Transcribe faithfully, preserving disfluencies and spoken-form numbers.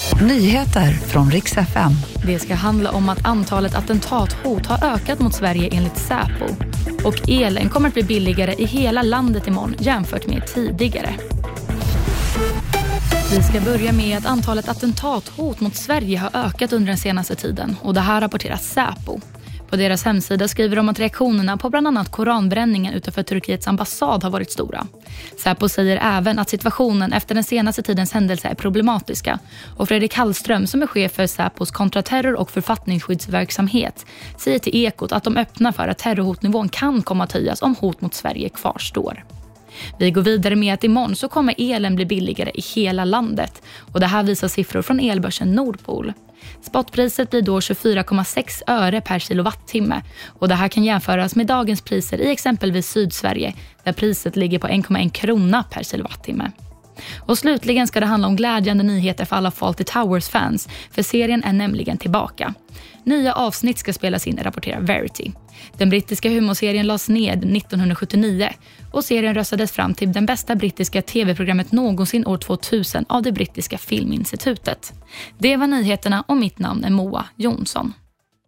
Nyheter från Rix F M. Det ska handla om att antalet attentathot har ökat mot Sverige enligt Säpo. Och elen kommer att bli billigare i hela landet imorgon jämfört med tidigare. Vi ska börja med att antalet attentathot mot Sverige har ökat under den senaste tiden. Och det här rapporterar Säpo. På deras hemsida skriver de att reaktionerna på bland annat koranbränningen utanför Turkiets ambassad har varit stora. Säpo säger även att situationen efter den senaste tidens händelser är problematiska. Och Fredrik Hallström, som är chef för Säpos kontraterror- och författningsskyddsverksamhet, säger till Ekot att de öppnar för att terrorhotnivån kan komma att höjas om hot mot Sverige kvarstår. Vi går vidare med att imorgon så kommer elen bli billigare i hela landet. Och det här visar siffror från elbörsen Nordpol. Spotpriset blir då tjugofyra komma sex öre per kilowattimme. Och det här kan jämföras med dagens priser i exempelvis Sydsverige, där priset ligger på en komma en krona per kilowattimme. Och slutligen ska det handla om glädjande nyheter för alla Fawlty Towers-fans, för serien är nämligen tillbaka. Nya avsnitt ska spelas in, rapporterar Verity. Den brittiska humorserien lades ned nittonhundrasjuttionio och serien röstades fram till den bästa brittiska tv-programmet någonsin år tvåtusen av det brittiska filminstitutet. Det var nyheterna och mitt namn är Moa Jonsson.